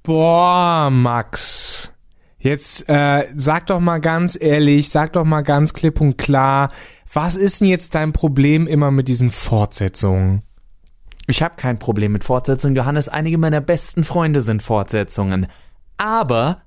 Boah, Max. Jetzt sag doch mal ganz ehrlich, sag doch mal ganz klipp und klar, was ist denn jetzt dein Problem immer mit diesen Fortsetzungen? Ich habe kein Problem mit Fortsetzungen, Johannes. Einige meiner besten Freunde sind Fortsetzungen. Aber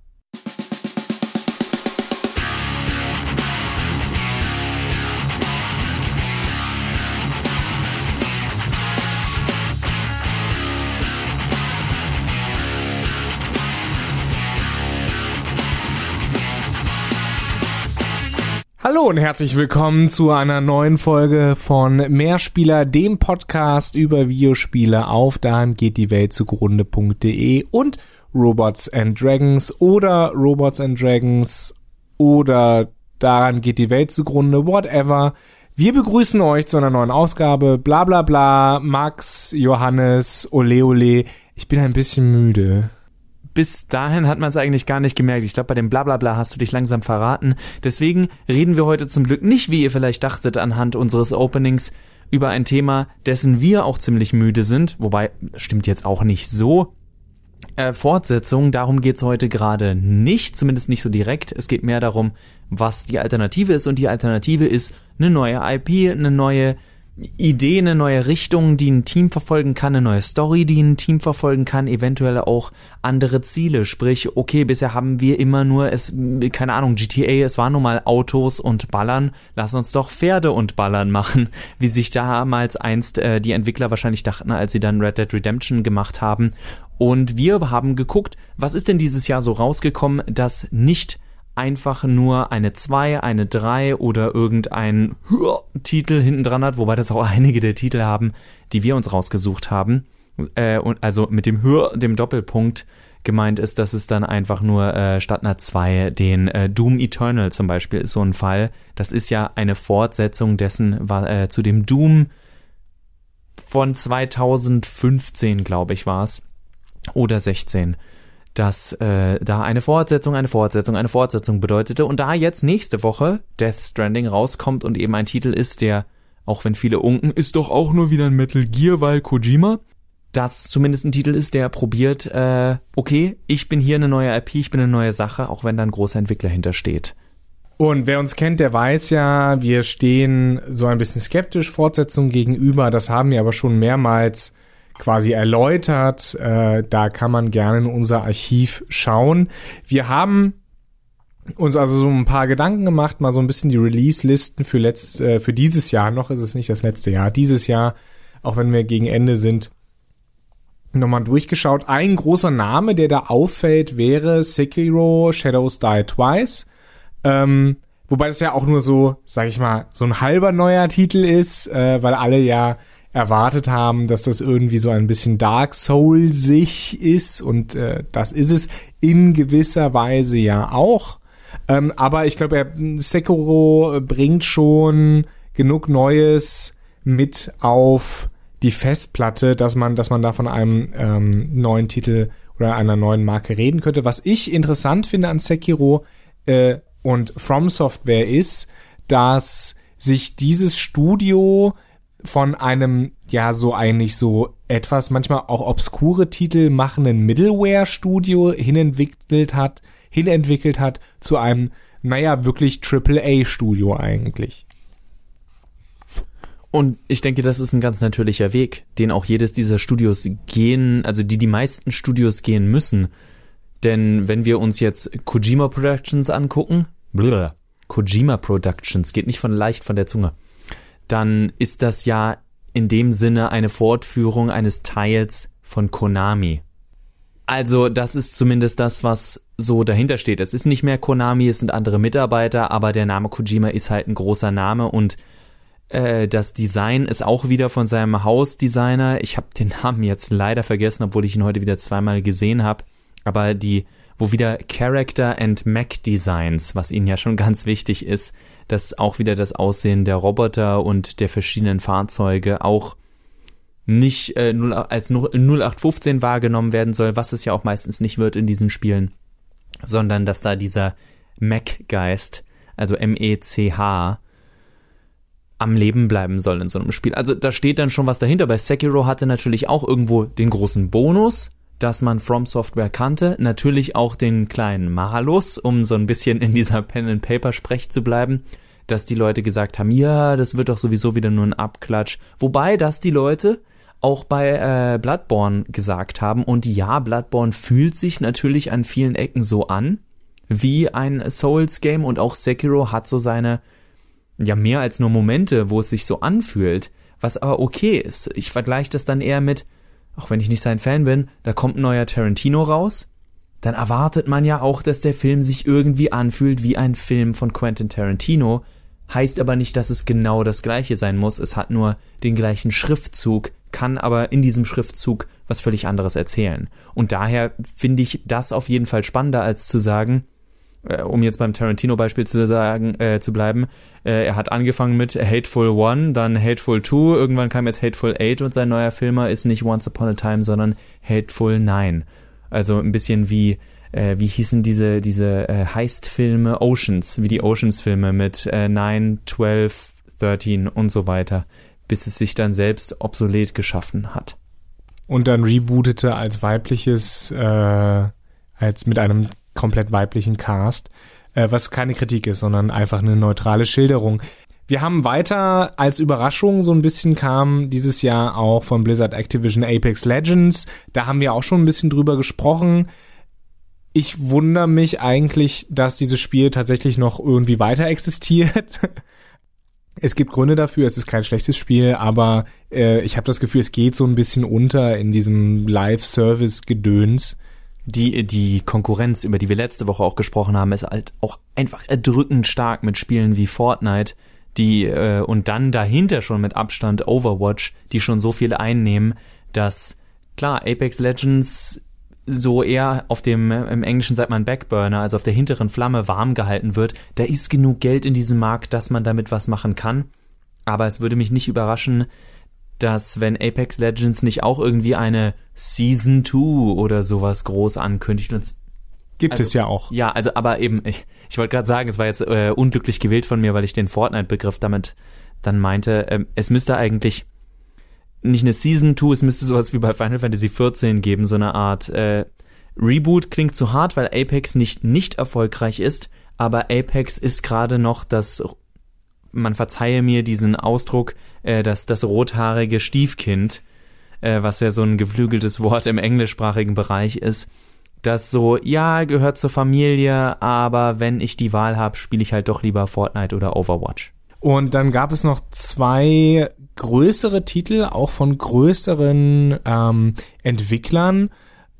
Hallo und herzlich willkommen zu einer neuen Folge von Mehrspieler, dem Podcast über Videospiele auf daheimgehtdieweltzugrunde.de und Robots and Dragons oder Robots and Dragons oder daran geht die Welt zugrunde, whatever. Wir begrüßen euch zu einer neuen Ausgabe, bla bla bla, Max, Johannes, ole ole. Ich bin ein bisschen müde. bis dahin hat man es eigentlich gar nicht gemerkt. Ich glaube, bei dem Blablabla hast du dich langsam verraten. Deswegen reden wir heute zum Glück nicht, wie ihr vielleicht dachtet, anhand unseres Openings über ein Thema, dessen wir auch ziemlich müde sind. Wobei, stimmt jetzt auch nicht so. Fortsetzung, darum geht's heute gerade nicht, zumindest nicht so direkt. Es geht mehr darum, was die Alternative ist. Und die Alternative ist eine neue IP, eine neue Idee, eine neue Richtung, die ein Team verfolgen kann, eine neue Story, die ein Team verfolgen kann, eventuell auch andere Ziele. Sprich, okay, bisher haben wir immer nur keine Ahnung, GTA, es waren nun mal Autos und Ballern, lass uns doch Pferde und Ballern machen, wie sich damals einst die Entwickler wahrscheinlich dachten, als sie dann Red Dead Redemption gemacht haben. Und wir haben geguckt, was ist denn dieses Jahr so rausgekommen, das nicht einfach nur eine 2, eine 3 oder irgendein Titel hinten dran hat, wobei das auch einige der Titel haben, die wir uns rausgesucht haben. Und also mit dem Doppelpunkt gemeint ist, dass es dann einfach nur statt einer 2 den Doom Eternal zum Beispiel ist so ein Fall. Das ist ja eine Fortsetzung dessen, zu dem Doom von 2015, glaube ich, war es. Oder 16. Dass da eine Fortsetzung bedeutete und da jetzt nächste Woche Death Stranding rauskommt und eben ein Titel ist, der, auch wenn viele unken, ist doch auch nur wieder ein Metal Gear, weil Kojima, das zumindest ein Titel ist, der probiert, okay, ich bin hier eine neue IP, ich bin eine neue Sache, auch wenn da ein großer Entwickler hintersteht. Und wer uns kennt, der weiß ja, wir stehen so ein bisschen skeptisch Fortsetzungen gegenüber, das haben wir aber schon mehrmals quasi erläutert, da kann man gerne in unser Archiv schauen. Wir haben uns also so ein paar Gedanken gemacht, mal so ein bisschen die Release-Listen für dieses Jahr, noch ist es nicht das letzte Jahr, dieses Jahr, auch wenn wir gegen Ende sind, nochmal durchgeschaut. Ein großer Name, der da auffällt, wäre Sekiro Shadows Die Twice, wobei das ja auch nur so, sag ich mal, so ein halber neuer Titel ist, weil alle ja erwartet haben, dass das irgendwie so ein bisschen Dark Soul-sich ist und das ist es in gewisser Weise ja auch. Aber ich glaube, Sekiro bringt schon genug Neues mit auf die Festplatte, dass man da von einem neuen Titel oder einer neuen Marke reden könnte. Was ich interessant finde an Sekiro und From Software ist, dass sich dieses Studio von einem, ja, so eigentlich so etwas manchmal auch obskure Titel machenden Middleware-Studio hinentwickelt hat zu einem, naja, wirklich AAA-Studio eigentlich. Und ich denke, das ist ein ganz natürlicher Weg, den auch jedes dieser Studios gehen, also die meisten Studios gehen müssen. Denn wenn wir uns jetzt Kojima Productions angucken, Kojima Productions, geht nicht leicht von der Zunge, dann ist das ja in dem Sinne eine Fortführung eines Teils von Konami. Also das ist zumindest das, was so dahinter steht. Es ist nicht mehr Konami, es sind andere Mitarbeiter, aber der Name Kojima ist halt ein großer Name und das Design ist auch wieder von seinem Hausdesigner. Ich habe den Namen jetzt leider vergessen, obwohl ich ihn heute wieder zweimal gesehen habe. Aber wo wieder Character and Mech Designs, was ihnen ja schon ganz wichtig ist, dass auch wieder das Aussehen der Roboter und der verschiedenen Fahrzeuge auch nicht als 0815 wahrgenommen werden soll, was es ja auch meistens nicht wird in diesen Spielen, sondern dass da dieser Mech-Geist, also M-E-C-H, am Leben bleiben soll in so einem Spiel. Also da steht dann schon was dahinter. Bei Sekiro hatte natürlich auch irgendwo den großen Bonus, dass man From Software kannte. Natürlich auch den kleinen Malus, um so ein bisschen in dieser Pen-and-Paper-Sprech zu bleiben, dass die Leute gesagt haben, ja, das wird doch sowieso wieder nur ein Abklatsch. Wobei das die Leute auch bei Bloodborne gesagt haben. Und ja, Bloodborne fühlt sich natürlich an vielen Ecken so an wie ein Souls-Game, und auch Sekiro hat so seine, ja, mehr als nur Momente, wo es sich so anfühlt, was aber okay ist. Ich vergleiche das dann eher mit, auch wenn ich nicht sein Fan bin, da kommt ein neuer Tarantino raus, dann erwartet man ja auch, dass der Film sich irgendwie anfühlt wie ein Film von Quentin Tarantino, heißt aber nicht, dass es genau das Gleiche sein muss, es hat nur den gleichen Schriftzug, kann aber in diesem Schriftzug was völlig anderes erzählen. Und daher finde ich das auf jeden Fall spannender, als zu sagen, um jetzt beim Tarantino-Beispiel zu bleiben, er hat angefangen mit Hateful One, dann Hateful 2, irgendwann kam jetzt Hateful 8 und sein neuer Filmer ist nicht Once Upon a Time, sondern Hateful 9. Also ein bisschen wie hießen diese Heist-Filme, Oceans, wie die Oceans-Filme mit 9, 12, 13 und so weiter, bis es sich dann selbst obsolet geschaffen hat. Und dann rebootete als weibliches, als mit einem komplett weiblichen Cast, was keine Kritik ist, sondern einfach eine neutrale Schilderung. Wir haben weiter als Überraschung, so ein bisschen kam dieses Jahr auch von Blizzard Activision Apex Legends. Da haben wir auch schon ein bisschen drüber gesprochen. Ich wundere mich eigentlich, dass dieses Spiel tatsächlich noch irgendwie weiter existiert. Es gibt Gründe dafür, es ist kein schlechtes Spiel, aber ich habe das Gefühl, es geht so ein bisschen unter in diesem Live-Service-Gedöns. Die Konkurrenz, über die wir letzte Woche auch gesprochen haben, ist halt auch einfach erdrückend stark mit Spielen wie Fortnite, und dann dahinter schon mit Abstand Overwatch, die schon so viel einnehmen, dass, klar, Apex Legends so eher im Englischen sagt man Backburner, also auf der hinteren Flamme warm gehalten wird. Da ist genug Geld in diesem Markt, dass man damit was machen kann. Aber es würde mich nicht überraschen, dass wenn Apex Legends nicht auch irgendwie eine Season 2 oder sowas groß ankündigt. Gibt es ja auch. Ja, also aber eben, ich wollte gerade sagen, es war jetzt unglücklich gewählt von mir, weil ich den Fortnite-Begriff damit dann meinte. Es müsste eigentlich nicht eine Season 2, es müsste sowas wie bei Final Fantasy 14 geben, so eine Art Reboot. Klingt zu hart, weil Apex nicht erfolgreich ist, aber Apex ist gerade noch man verzeihe mir diesen Ausdruck, das rothaarige Stiefkind, was ja so ein geflügeltes Wort im englischsprachigen Bereich ist, das so, ja, gehört zur Familie, aber wenn ich die Wahl habe, spiele ich halt doch lieber Fortnite oder Overwatch. Und dann gab es noch 2 größere Titel, auch von größeren Entwicklern,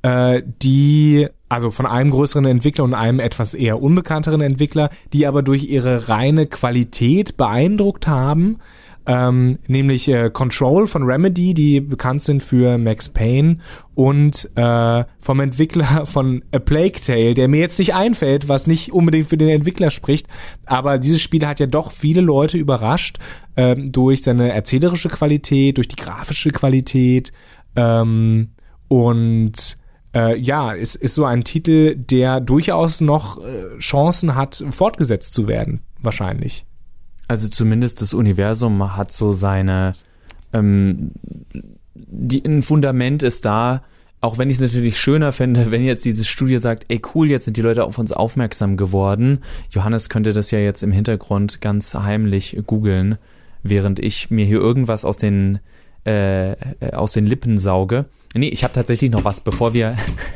also von einem größeren Entwickler und einem etwas eher unbekannteren Entwickler, die aber durch ihre reine Qualität beeindruckt haben, nämlich Control von Remedy, die bekannt sind für Max Payne, und vom Entwickler von A Plague Tale, der mir jetzt nicht einfällt, was nicht unbedingt für den Entwickler spricht, aber dieses Spiel hat ja doch viele Leute überrascht durch seine erzählerische Qualität, durch die grafische Qualität, und es ist so ein Titel, der durchaus noch Chancen hat, fortgesetzt zu werden, wahrscheinlich. Also zumindest das Universum hat so seine, ein Fundament ist da, auch wenn ich es natürlich schöner fände, wenn jetzt dieses Studio sagt, ey cool, jetzt sind die Leute auf uns aufmerksam geworden. Johannes könnte das ja jetzt im Hintergrund ganz heimlich googeln, während ich mir hier irgendwas aus den Lippen sauge. Nee, ich habe tatsächlich noch was, bevor wir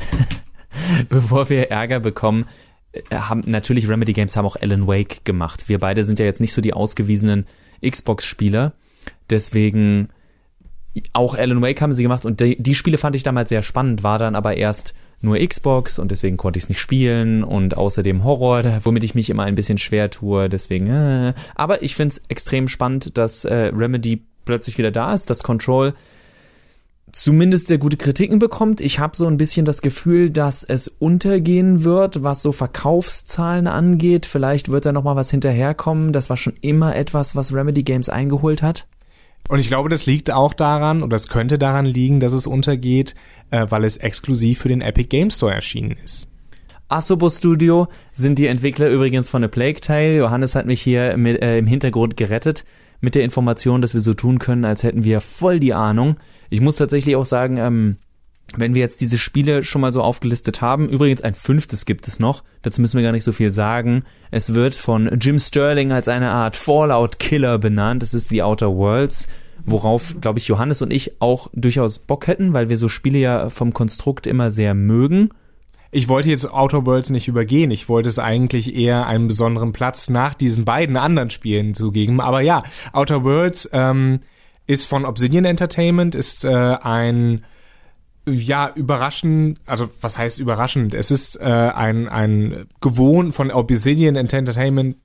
Ärger bekommen. Natürlich Remedy Games haben auch Alan Wake gemacht. Wir beide sind ja jetzt nicht so die ausgewiesenen Xbox-Spieler. Deswegen auch Alan Wake haben sie gemacht und die Spiele fand ich damals sehr spannend, war dann aber erst nur Xbox und deswegen konnte ich es nicht spielen und außerdem Horror, womit ich mich immer ein bisschen schwer tue. Deswegen, aber ich finde es extrem spannend, dass Remedy plötzlich wieder da ist, dass Control zumindest sehr gute Kritiken bekommt. Ich habe so ein bisschen das Gefühl, dass es untergehen wird, was so Verkaufszahlen angeht. Vielleicht wird da noch mal was hinterherkommen. Das war schon immer etwas, was Remedy Games eingeholt hat. Und ich glaube, das liegt auch daran, oder es könnte daran liegen, dass es untergeht, weil es exklusiv für den Epic Game Store erschienen ist. Asobo Studio sind die Entwickler übrigens von A Plague Tale. Johannes hat mich hier im Hintergrund gerettet mit der Information, dass wir so tun können, als hätten wir voll die Ahnung. Ich muss tatsächlich auch sagen, wenn wir jetzt diese Spiele schon mal so aufgelistet haben, übrigens ein 5. gibt es noch, dazu müssen wir gar nicht so viel sagen. Es wird von Jim Sterling als eine Art Fallout-Killer benannt. Das ist The Outer Worlds, worauf, glaube ich, Johannes und ich auch durchaus Bock hätten, weil wir so Spiele ja vom Konstrukt immer sehr mögen. Ich wollte jetzt Outer Worlds nicht übergehen. Ich wollte es eigentlich eher einen besonderen Platz nach diesen beiden anderen Spielen zugeben. Aber ja, Outer Worlds ist von Obsidian Entertainment, ist ein überraschend, also was heißt überraschend? Es ist ein gewohnt von Obsidian Entertainment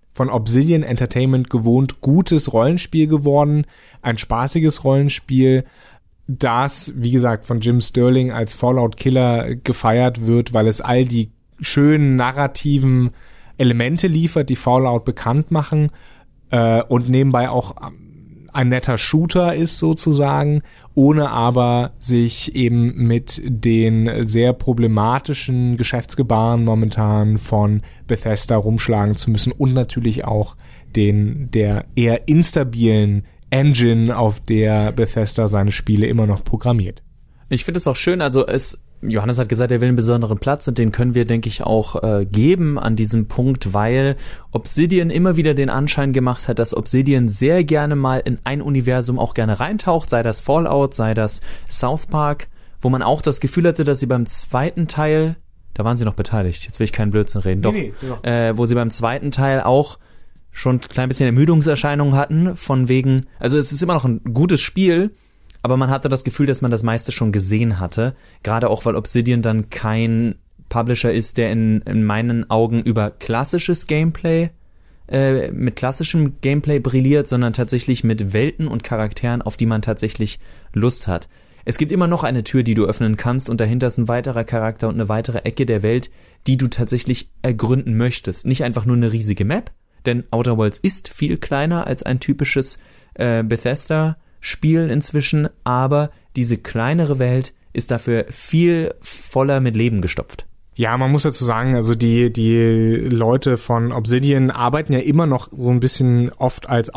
gewohnt gutes Rollenspiel geworden, ein spaßiges Rollenspiel, das, wie gesagt, von Jim Sterling als Fallout-Killer gefeiert wird, weil es all die schönen narrativen Elemente liefert, die Fallout bekannt machen und nebenbei auch ein netter Shooter ist sozusagen, ohne aber sich eben mit den sehr problematischen Geschäftsgebaren momentan von Bethesda rumschlagen zu müssen und natürlich auch der eher instabilen Engine, auf der Bethesda seine Spiele immer noch programmiert. Ich finde es auch schön, also Johannes hat gesagt, er will einen besonderen Platz und den können wir, denke ich, auch geben an diesem Punkt, weil Obsidian immer wieder den Anschein gemacht hat, dass Obsidian sehr gerne mal in ein Universum auch gerne reintaucht, sei das Fallout, sei das South Park, wo man auch das Gefühl hatte, dass sie beim zweiten Teil, da waren sie noch beteiligt, jetzt will ich keinen Blödsinn reden, wo sie beim zweiten Teil auch schon ein klein bisschen Ermüdungserscheinungen hatten, von wegen, also es ist immer noch ein gutes Spiel, aber man hatte das Gefühl, dass man das meiste schon gesehen hatte. Gerade auch, weil Obsidian dann kein Publisher ist, der in meinen Augen über klassisches Gameplay, mit klassischem Gameplay brilliert, sondern tatsächlich mit Welten und Charakteren, auf die man tatsächlich Lust hat. Es gibt immer noch eine Tür, die du öffnen kannst und dahinter ist ein weiterer Charakter und eine weitere Ecke der Welt, die du tatsächlich ergründen möchtest. Nicht einfach nur eine riesige Map, denn Outer Worlds ist viel kleiner als ein typisches Bethesda-Spiel inzwischen, aber diese kleinere Welt ist dafür viel voller mit Leben gestopft. Ja, man muss dazu sagen, also die Leute von Obsidian arbeiten ja immer noch so ein bisschen oft als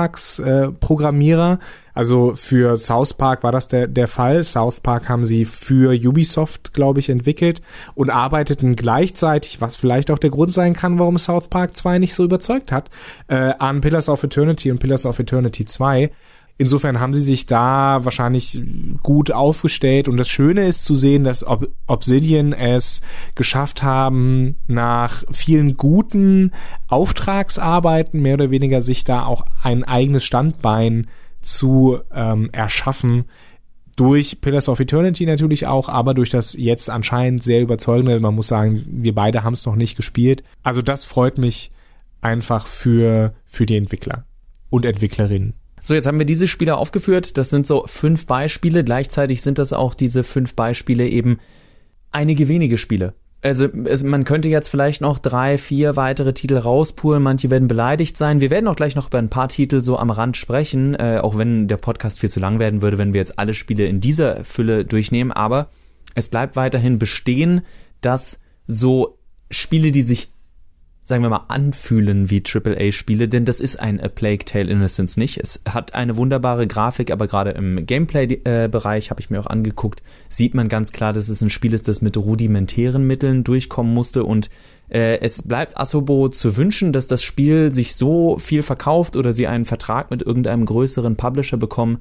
Auftragsprogrammierer. Also für South Park war das der Fall. South Park haben sie für Ubisoft, glaube ich, entwickelt und arbeiteten gleichzeitig, was vielleicht auch der Grund sein kann, warum South Park 2 nicht so überzeugt hat, an Pillars of Eternity und Pillars of Eternity 2. Insofern haben sie sich da wahrscheinlich gut aufgestellt und das Schöne ist zu sehen, dass Obsidian es geschafft haben, nach vielen guten Auftragsarbeiten mehr oder weniger sich da auch ein eigenes Standbein zu erschaffen. Durch Pillars of Eternity natürlich auch, aber durch das jetzt anscheinend sehr überzeugende, man muss sagen, wir beide haben es noch nicht gespielt. Also das freut mich einfach für die Entwickler und Entwicklerinnen. So, jetzt haben wir diese Spiele aufgeführt. Das sind so 5 Beispiele. Gleichzeitig sind das auch diese 5 Beispiele eben einige wenige Spiele. Also man könnte jetzt vielleicht noch 3, 4 weitere Titel rauspulen. Manche werden beleidigt sein. Wir werden auch gleich noch über ein paar Titel so am Rand sprechen, auch wenn der Podcast viel zu lang werden würde, wenn wir jetzt alle Spiele in dieser Fülle durchnehmen. Aber es bleibt weiterhin bestehen, dass so Spiele, die sich, sagen wir mal, anfühlen wie AAA-Spiele, denn das ist ein A Plague Tale Innocence nicht. Es hat eine wunderbare Grafik, aber gerade im Gameplay-Bereich, habe ich mir auch angeguckt, sieht man ganz klar, dass es ein Spiel ist, das mit rudimentären Mitteln durchkommen musste und es bleibt Asobo zu wünschen, dass das Spiel sich so viel verkauft oder sie einen Vertrag mit irgendeinem größeren Publisher bekommen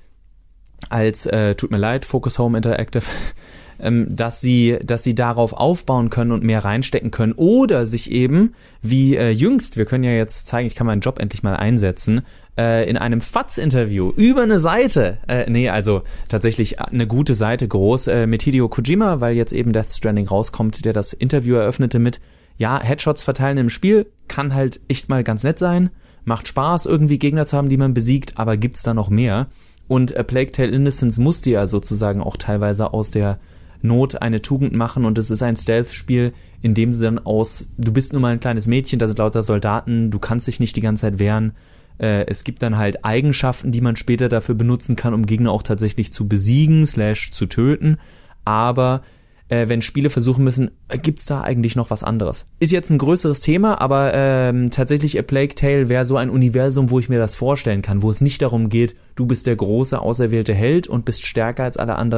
als, tut mir leid, Focus Home Interactive, dass sie darauf aufbauen können und mehr reinstecken können oder sich eben, wie jüngst, wir können ja jetzt zeigen, ich kann meinen Job endlich mal einsetzen, in einem FATS-Interview über eine Seite, also tatsächlich eine gute Seite groß, mit Hideo Kojima, weil jetzt eben Death Stranding rauskommt, der das Interview eröffnete mit, ja, Headshots verteilen im Spiel, kann halt echt mal ganz nett sein, macht Spaß, irgendwie Gegner zu haben, die man besiegt, aber gibt's da noch mehr? Und A Plague Tale Innocence musste ja sozusagen auch teilweise aus der Not eine Tugend machen und es ist ein Stealth-Spiel, in dem du bist nur mal ein kleines Mädchen, da sind lauter Soldaten, du kannst dich nicht die ganze Zeit wehren. Es gibt dann halt Eigenschaften, die man später dafür benutzen kann, um Gegner auch tatsächlich zu besiegen, / zu töten. Aber wenn Spiele versuchen müssen, gibt's da eigentlich noch was anderes? Ist jetzt ein größeres Thema, aber tatsächlich A Plague Tale wäre so ein Universum, wo ich mir das vorstellen kann, wo es nicht darum geht, du bist der große auserwählte Held und bist stärker als alle anderen,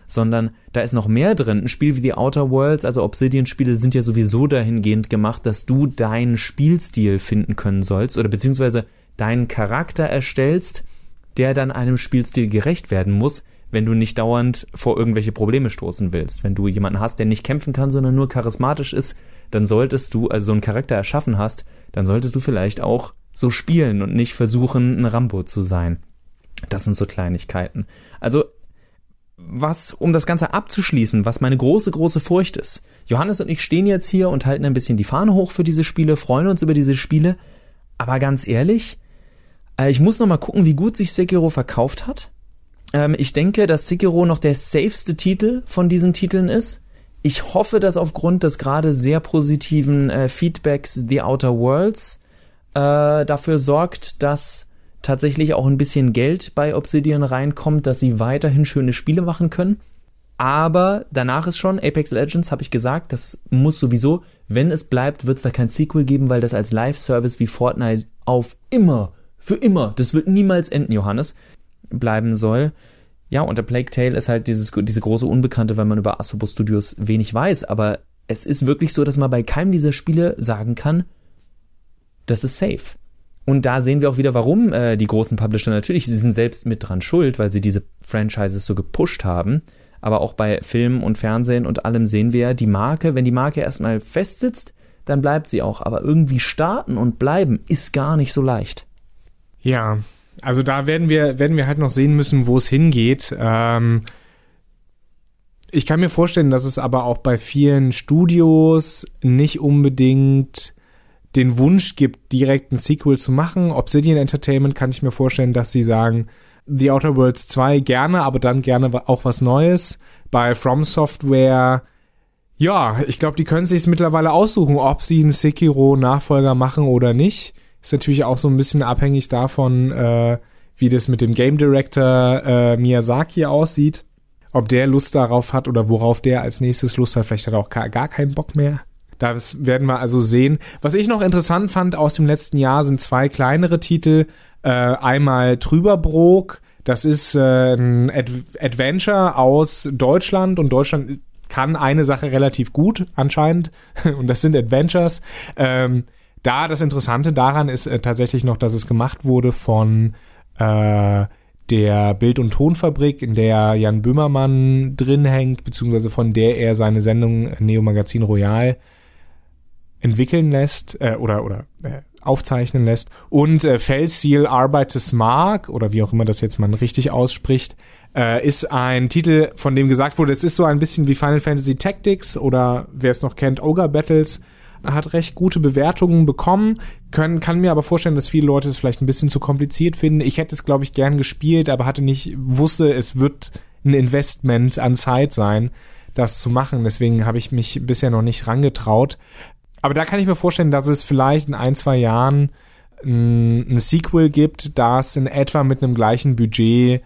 sondern da ist noch mehr drin. Ein Spiel wie The Outer Worlds, also Obsidian-Spiele sind ja sowieso dahingehend gemacht, dass du deinen Spielstil finden können sollst oder beziehungsweise deinen Charakter erstellst, der dann einem Spielstil gerecht werden muss, wenn du nicht dauernd vor irgendwelche Probleme stoßen willst. Wenn du jemanden hast, der nicht kämpfen kann, sondern nur charismatisch ist, dann solltest du, also so einen Charakter erschaffen hast, dann solltest du vielleicht auch so spielen und nicht versuchen, ein Rambo zu sein. Das sind so Kleinigkeiten. Also, um das Ganze abzuschließen, was meine große, große Furcht ist. Johannes und ich stehen jetzt hier und halten ein bisschen die Fahne hoch für diese Spiele, freuen uns über diese Spiele, aber ganz ehrlich, ich muss noch mal gucken, wie gut sich Sekiro verkauft hat. Ich denke, dass Sekiro noch der safeste Titel von diesen Titeln ist. Ich hoffe, dass aufgrund des gerade sehr positiven Feedbacks The Outer Worlds dafür sorgt, dass tatsächlich auch ein bisschen Geld bei Obsidian reinkommt, dass sie weiterhin schöne Spiele machen können. Aber danach ist schon Apex Legends, habe ich gesagt, das muss sowieso, wenn es bleibt, wird es da kein Sequel geben, weil das als Live-Service wie Fortnite auf immer, für immer, das wird niemals enden, Johannes, bleiben soll. Ja, und der Plague Tale ist halt diese große Unbekannte, weil man über Asobo Studios wenig weiß, aber es ist wirklich so, dass man bei keinem dieser Spiele sagen kann, das ist safe. Und da sehen wir auch wieder, warum die großen Publisher natürlich, sie sind selbst mit dran schuld, weil sie diese Franchises so gepusht haben. Aber auch bei Film und Fernsehen und allem sehen wir, wenn die Marke erstmal festsitzt, dann bleibt sie auch. Aber irgendwie starten und bleiben ist gar nicht so leicht. Ja, also da werden wir halt noch sehen müssen, wo es hingeht. Ich kann mir vorstellen, dass es aber auch bei vielen Studios nicht unbedingt den Wunsch gibt, direkt ein Sequel zu machen. Obsidian Entertainment kann ich mir vorstellen, dass sie sagen, The Outer Worlds 2 gerne, aber dann gerne auch was Neues. Bei From Software, ja, ich glaube, die können sich mittlerweile aussuchen, ob sie einen Sekiro-Nachfolger machen oder nicht. Ist natürlich auch so ein bisschen abhängig davon, wie das mit dem Game Director Miyazaki aussieht. Ob der Lust darauf hat oder worauf der als nächstes Lust hat. Vielleicht hat er auch gar keinen Bock mehr. Das werden wir also sehen. Was ich noch interessant fand aus dem letzten Jahr sind 2 kleinere Titel. Einmal Trüberbrook, das ist ein Adventure aus Deutschland und Deutschland kann eine Sache relativ gut anscheinend und das sind Adventures. Da das Interessante daran ist tatsächlich noch, dass es gemacht wurde von der Bild- und Tonfabrik, in der Jan Böhmermann drin hängt, beziehungsweise von der er seine Sendung Neo Magazin Royal entwickeln lässt oder aufzeichnen lässt. Und Fellseal Arbeites-Mark, oder wie auch immer das jetzt man richtig ausspricht, ist ein Titel, von dem gesagt wurde, es ist so ein bisschen wie Final Fantasy Tactics oder wer es noch kennt, Ogre Battles, hat recht gute Bewertungen bekommen, kann mir aber vorstellen, dass viele Leute es vielleicht ein bisschen zu kompliziert finden. Ich hätte es, glaube ich, gern gespielt, aber wusste, es wird ein Investment an Zeit sein, das zu machen. Deswegen habe ich mich bisher noch nicht rangetraut. Aber da kann ich mir vorstellen, dass es vielleicht in 1-2 Jahren ein Sequel gibt, das in etwa mit einem gleichen Budget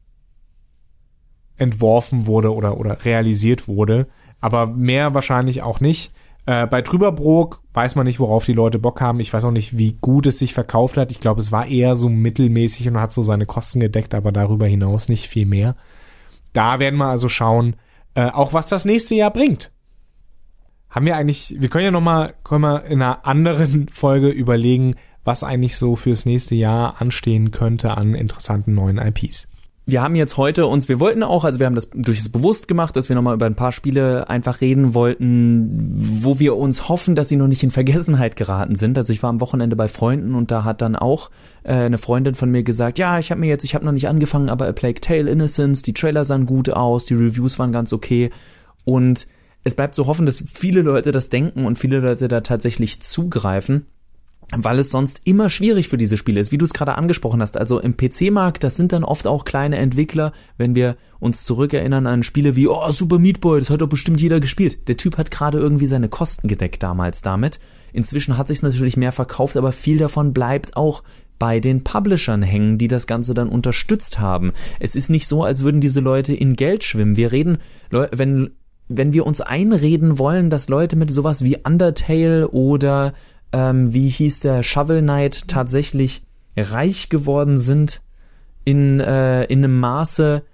entworfen wurde oder realisiert wurde. Aber mehr wahrscheinlich auch nicht. Bei Trüberbrook weiß man nicht, worauf die Leute Bock haben. Ich weiß auch nicht, wie gut es sich verkauft hat. Ich glaube, es war eher so mittelmäßig und hat so seine Kosten gedeckt, aber darüber hinaus nicht viel mehr. Da werden wir also schauen, auch was das nächste Jahr bringt. Wir können ja nochmal in einer anderen Folge überlegen, was eigentlich so fürs nächste Jahr anstehen könnte an interessanten neuen IPs. Wir haben jetzt heute wir haben das durchaus bewusst gemacht, dass wir nochmal über ein paar Spiele einfach reden wollten, wo wir uns hoffen, dass sie noch nicht in Vergessenheit geraten sind. Also ich war am Wochenende bei Freunden und da hat dann auch eine Freundin von mir gesagt, ja, ich habe noch nicht angefangen, aber A Plague Tale Innocence, die Trailer sahen gut aus, die Reviews waren ganz okay und es bleibt zu hoffen, dass viele Leute das denken und viele Leute da tatsächlich zugreifen, weil es sonst immer schwierig für diese Spiele ist, wie du es gerade angesprochen hast. Also im PC-Markt, das sind dann oft auch kleine Entwickler, wenn wir uns zurückerinnern an Spiele wie, Super Meat Boy, das hat doch bestimmt jeder gespielt. Der Typ hat gerade irgendwie seine Kosten gedeckt damals damit. Inzwischen hat sich's natürlich mehr verkauft, aber viel davon bleibt auch bei den Publishern hängen, die das Ganze dann unterstützt haben. Es ist nicht so, als würden diese Leute in Geld schwimmen. Wir reden, wenn wir uns einreden wollen, dass Leute mit sowas wie Undertale oder wie hieß der Shovel Knight tatsächlich reich geworden sind in einem Maße,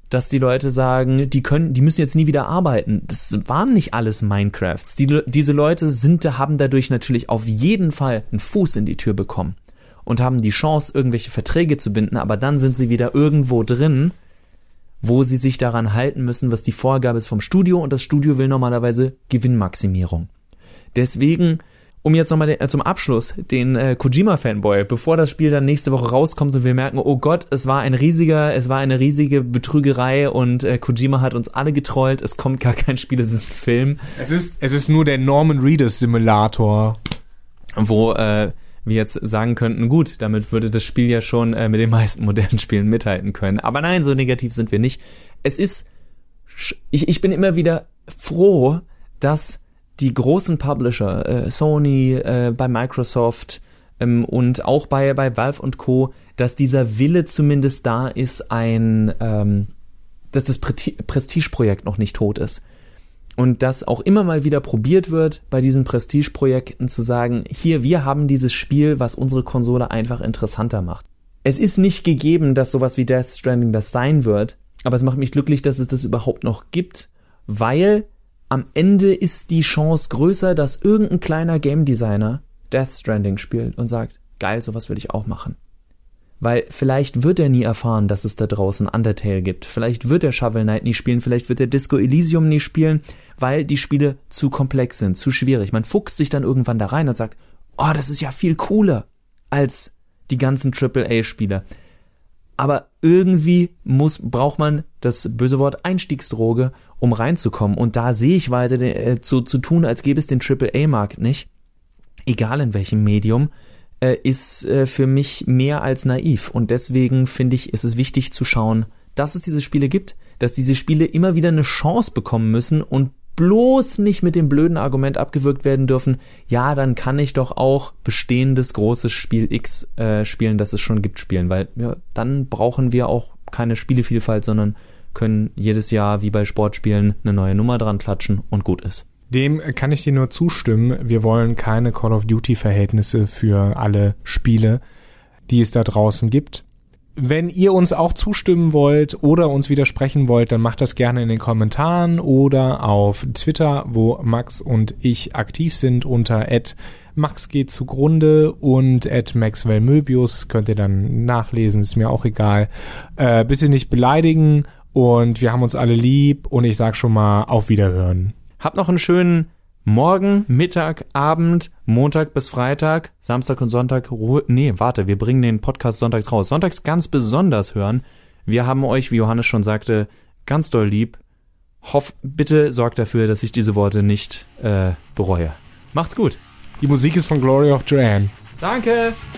dass die Leute sagen, die müssen jetzt nie wieder arbeiten. Das waren nicht alles Minecrafts. Diese Leute haben dadurch natürlich auf jeden Fall einen Fuß in die Tür bekommen und haben die Chance, irgendwelche Verträge zu binden, aber dann sind sie wieder irgendwo drin, wo sie sich daran halten müssen, was die Vorgabe ist vom Studio, und das Studio will normalerweise Gewinnmaximierung. Deswegen, um jetzt nochmal zum Abschluss den Kojima-Fanboy, bevor das Spiel dann nächste Woche rauskommt und wir merken, oh Gott, es war eine riesige Betrügerei und Kojima hat uns alle getrollt, es kommt gar kein Spiel, es ist ein Film. Es ist nur der Norman Reedus Simulator. Wo wir jetzt sagen könnten, gut, damit würde das Spiel ja schon mit den meisten modernen Spielen mithalten können. Aber nein, so negativ sind wir nicht. Ich bin immer wieder froh, dass die großen Publisher, Sony, bei Microsoft und auch bei Valve und Co., dass dieser Wille zumindest da ist, dass das Prestigeprojekt noch nicht tot ist. Und dass auch immer mal wieder probiert wird, bei diesen Prestigeprojekten zu sagen, hier, wir haben dieses Spiel, was unsere Konsole einfach interessanter macht. Es ist nicht gegeben, dass sowas wie Death Stranding das sein wird, aber es macht mich glücklich, dass es das überhaupt noch gibt, weil am Ende ist die Chance größer, dass irgendein kleiner Game Designer Death Stranding spielt und sagt, geil, sowas will ich auch machen. Weil vielleicht wird er nie erfahren, dass es da draußen Undertale gibt. Vielleicht wird er Shovel Knight nie spielen, vielleicht wird er Disco Elysium nie spielen, weil die Spiele zu komplex sind, zu schwierig. Man fuchst sich dann irgendwann da rein und sagt, oh, das ist ja viel cooler als die ganzen AAA-Spiele. Aber irgendwie braucht man das böse Wort Einstiegsdroge, um reinzukommen. Und da sehe ich weiter zu tun, als gäbe es den AAA-Markt nicht, egal in welchem Medium, ist für mich mehr als naiv. Und deswegen finde ich, ist es wichtig zu schauen, dass es diese Spiele gibt, dass diese Spiele immer wieder eine Chance bekommen müssen und bloß nicht mit dem blöden Argument abgewürgt werden dürfen, ja, dann kann ich doch auch bestehendes großes Spiel X spielen, das es schon gibt, spielen, weil ja, dann brauchen wir auch keine Spielevielfalt, sondern können jedes Jahr wie bei Sportspielen eine neue Nummer dran klatschen und gut ist. Dem kann ich dir nur zustimmen. Wir wollen keine Call of Duty-Verhältnisse für alle Spiele, die es da draußen gibt. Wenn ihr uns auch zustimmen wollt oder uns widersprechen wollt, dann macht das gerne in den Kommentaren oder auf Twitter, wo Max und ich aktiv sind, unter @MaxGehtZugrunde und @MaxwellMöbius. Könnt ihr dann nachlesen, ist mir auch egal. Bitte nicht beleidigen und wir haben uns alle lieb und ich sag schon mal auf Wiederhören. Habt noch einen schönen Morgen, Mittag, Abend, Montag bis Freitag, Samstag und Sonntag Ruhe. Nee, warte, wir bringen den Podcast sonntags raus. Sonntags ganz besonders hören. Wir haben euch, wie Johannes schon sagte, ganz doll lieb. Bitte sorgt dafür, dass ich diese Worte nicht bereue. Macht's gut. Die Musik ist von Glory of Joanne. Danke.